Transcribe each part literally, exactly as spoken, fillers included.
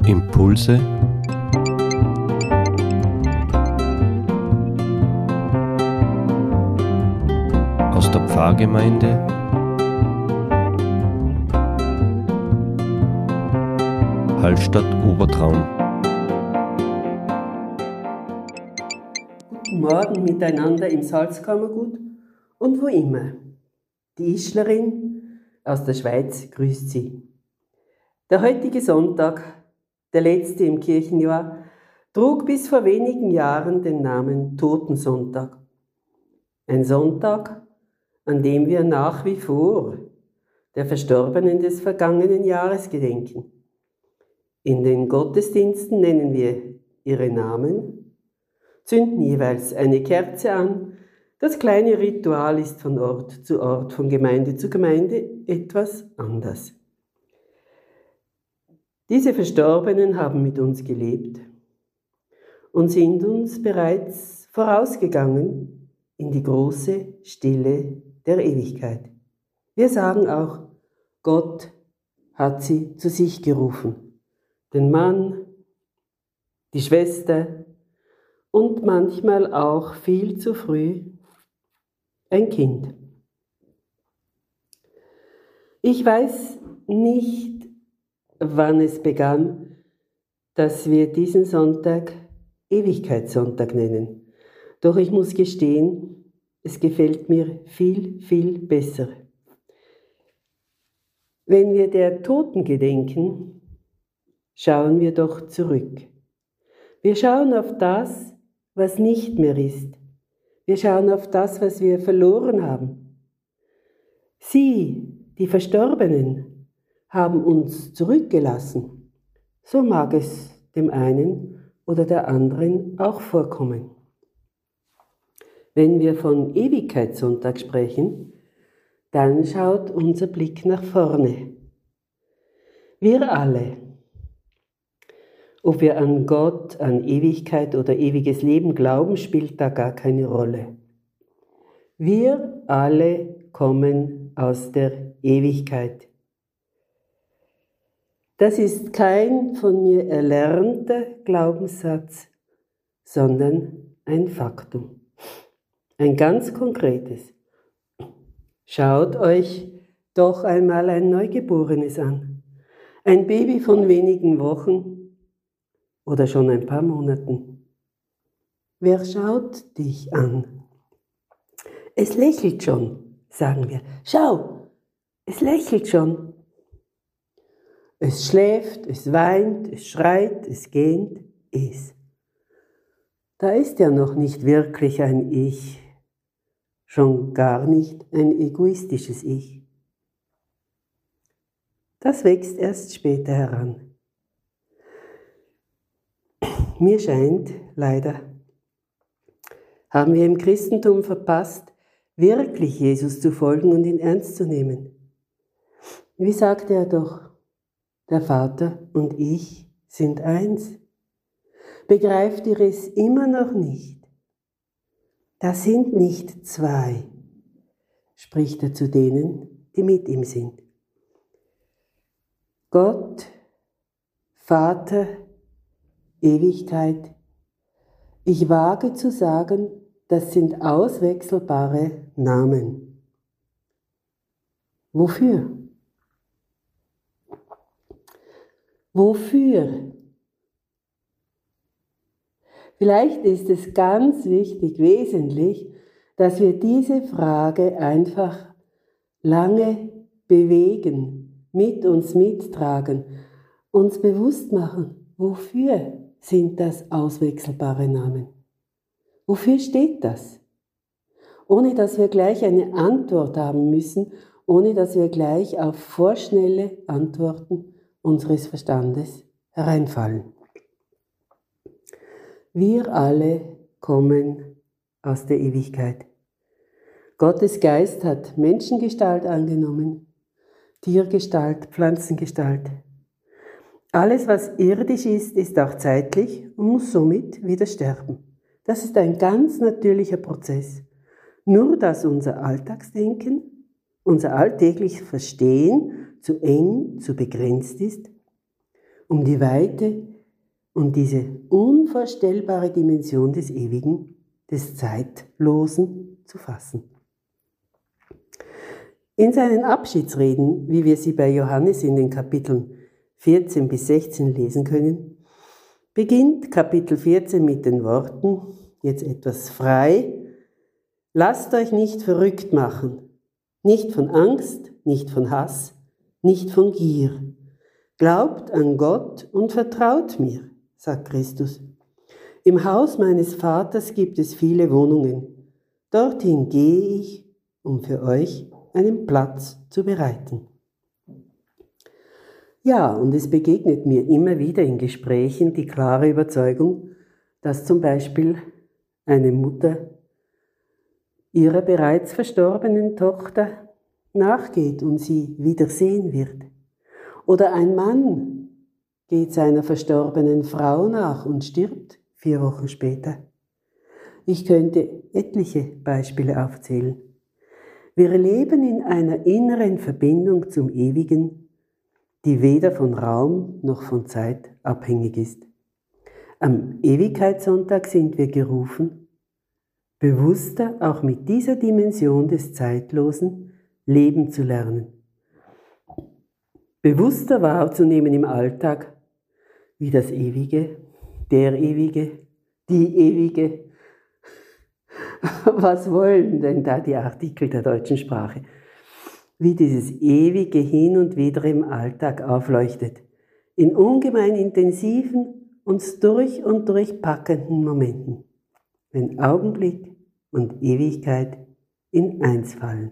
Impulse aus der Pfarrgemeinde Hallstatt-Obertraun. Guten Morgen miteinander im Salzkammergut und wo immer. Die Ischlerin aus der Schweiz grüßt Sie. Der heutige Sonntag, der letzte im Kirchenjahr, trug bis vor wenigen Jahren den Namen Totensonntag. Ein Sonntag, an dem wir nach wie vor der Verstorbenen des vergangenen Jahres gedenken. In den Gottesdiensten nennen wir ihre Namen, zünden jeweils eine Kerze an. Das kleine Ritual ist von Ort zu Ort, von Gemeinde zu Gemeinde etwas anders. Diese Verstorbenen haben mit uns gelebt und sind uns bereits vorausgegangen in die große Stille der Ewigkeit. Wir sagen auch, Gott hat sie zu sich gerufen. Den Mann, die Schwester und manchmal auch viel zu früh ein Kind. Ich weiß nicht, wann es begann, dass wir diesen Sonntag Ewigkeitssonntag nennen. Doch ich muss gestehen, es gefällt mir viel, viel besser. Wenn wir der Toten gedenken, schauen wir doch zurück. Wir schauen auf das, was nicht mehr ist. Wir schauen auf das, was wir verloren haben. Sie, die Verstorbenen, haben uns zurückgelassen. So mag es dem einen oder der anderen auch vorkommen. Wenn wir von Ewigkeitssonntag sprechen, dann schaut unser Blick nach vorne. Wir alle, ob wir an Gott, an Ewigkeit oder ewiges Leben glauben, spielt da gar keine Rolle. Wir alle kommen aus der Ewigkeit. Das ist kein von mir erlernter Glaubenssatz, sondern ein Faktum. Ein ganz konkretes. Schaut euch doch einmal ein Neugeborenes an. Ein Baby von wenigen Wochen oder schon ein paar Monaten. Wer schaut dich an? Es lächelt schon, sagen wir. Schau, es lächelt schon. Es schläft, es weint, es schreit, es gähnt, es. Da ist ja noch nicht wirklich ein Ich, schon gar nicht ein egoistisches Ich. Das wächst erst später heran. Mir scheint, leider, haben wir im Christentum verpasst, wirklich Jesus zu folgen und ihn ernst zu nehmen. Wie sagte er doch, der Vater und ich sind eins. Begreift ihr es immer noch nicht? Das sind nicht zwei, spricht er zu denen, die mit ihm sind. Gott, Vater, Ewigkeit. Ich wage zu sagen, das sind auswechselbare Namen. Wofür? Wofür? Vielleicht ist es ganz wichtig, wesentlich, dass wir diese Frage einfach lange bewegen, mit uns mittragen, uns bewusst machen, wofür sind das auswechselbare Namen? Wofür steht das? Ohne dass wir gleich eine Antwort haben müssen, ohne dass wir gleich auf vorschnelle Antworten unseres Verstandes hereinfallen. Wir alle kommen aus der Ewigkeit. Gottes Geist hat Menschengestalt angenommen, Tiergestalt, Pflanzengestalt. Alles, was irdisch ist, ist auch zeitlich und muss somit wieder sterben. Das ist ein ganz natürlicher Prozess. Nur dass unser Alltagsdenken, unser alltägliches Verstehen zu eng, zu begrenzt ist um die Weite und diese unvorstellbare Dimension des Ewigen, des Zeitlosen zu fassen. In seinen Abschiedsreden, wie wir sie bei Johannes in den Kapiteln vierzehn bis sechzehn lesen können, beginnt Kapitel vierzehn mit den Worten, jetzt etwas frei: Lasst euch nicht verrückt machen, nicht von Angst, nicht von Hass, nicht von Gier. Glaubt an Gott und vertraut mir, sagt Christus. Im Haus meines Vaters gibt es viele Wohnungen. Dorthin gehe ich, um für euch einen Platz zu bereiten. Ja, und es begegnet mir immer wieder in Gesprächen die klare Überzeugung, dass zum Beispiel eine Mutter ihrer bereits verstorbenen Tochter nachgeht und sie wiedersehen wird. Oder ein Mann geht seiner verstorbenen Frau nach und stirbt vier Wochen später. Ich könnte etliche Beispiele aufzählen. Wir leben in einer inneren Verbindung zum Ewigen, die weder von Raum noch von Zeit abhängig ist. Am Ewigkeitssonntag sind wir gerufen, bewusster auch mit dieser Dimension des Zeitlosen leben zu lernen. Bewusster wahrzunehmen im Alltag, wie das Ewige, der Ewige, die Ewige. Was wollen denn da die Artikel der deutschen Sprache? Wie dieses Ewige hin und wieder im Alltag aufleuchtet, in ungemein intensiven, uns durch und durch packenden Momenten, wenn Augenblick und Ewigkeit in eins fallen.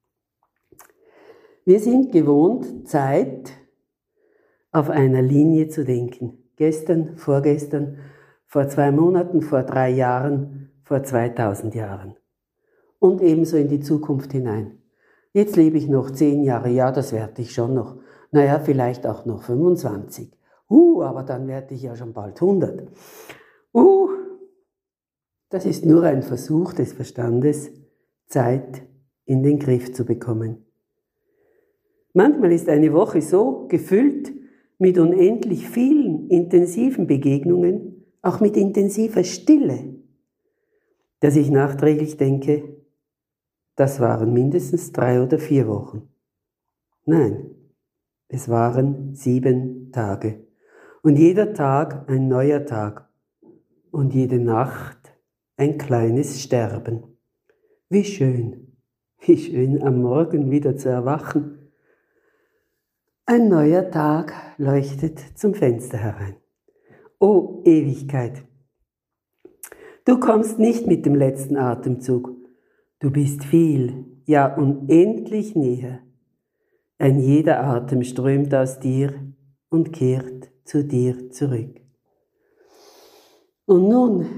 Wir sind gewohnt, Zeit auf einer Linie zu denken. Gestern, vorgestern, vor zwei Monaten, vor drei Jahren, vor zweitausend Jahren. Und ebenso in die Zukunft hinein. Jetzt lebe ich noch zehn Jahre, ja, das werde ich schon noch. Naja, vielleicht auch noch fünfundzwanzig. Uh, aber dann werde ich ja schon bald hundert. Uh, das ist nur ein Versuch des Verstandes, Zeit in den Griff zu bekommen. Manchmal ist eine Woche so gefüllt mit unendlich vielen intensiven Begegnungen, auch mit intensiver Stille, dass ich nachträglich denke, das waren mindestens drei oder vier Wochen. Nein, es waren sieben Tage. Und jeder Tag ein neuer Tag. Und jede Nacht ein kleines Sterben. Wie schön, wie schön am Morgen wieder zu erwachen. Ein neuer Tag leuchtet zum Fenster herein. O Ewigkeit! Du kommst nicht mit dem letzten Atemzug. Du bist viel, ja unendlich näher. Ein jeder Atem strömt aus dir und kehrt zu dir zurück. Und nun,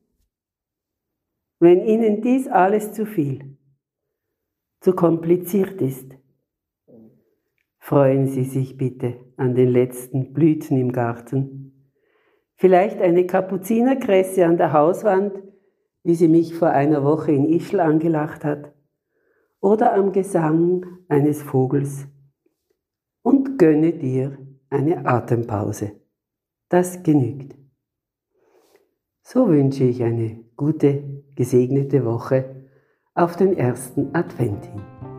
wenn Ihnen dies alles zu viel, zu kompliziert ist, freuen Sie sich bitte an den letzten Blüten im Garten. Vielleicht eine Kapuzinerkresse an der Hauswand, wie sie mich vor einer Woche in Ischl angelacht hat, oder am Gesang eines Vogels. Und gönne dir eine Atempause. Das genügt. So wünsche ich eine gute, gesegnete Woche auf den ersten Advent hin.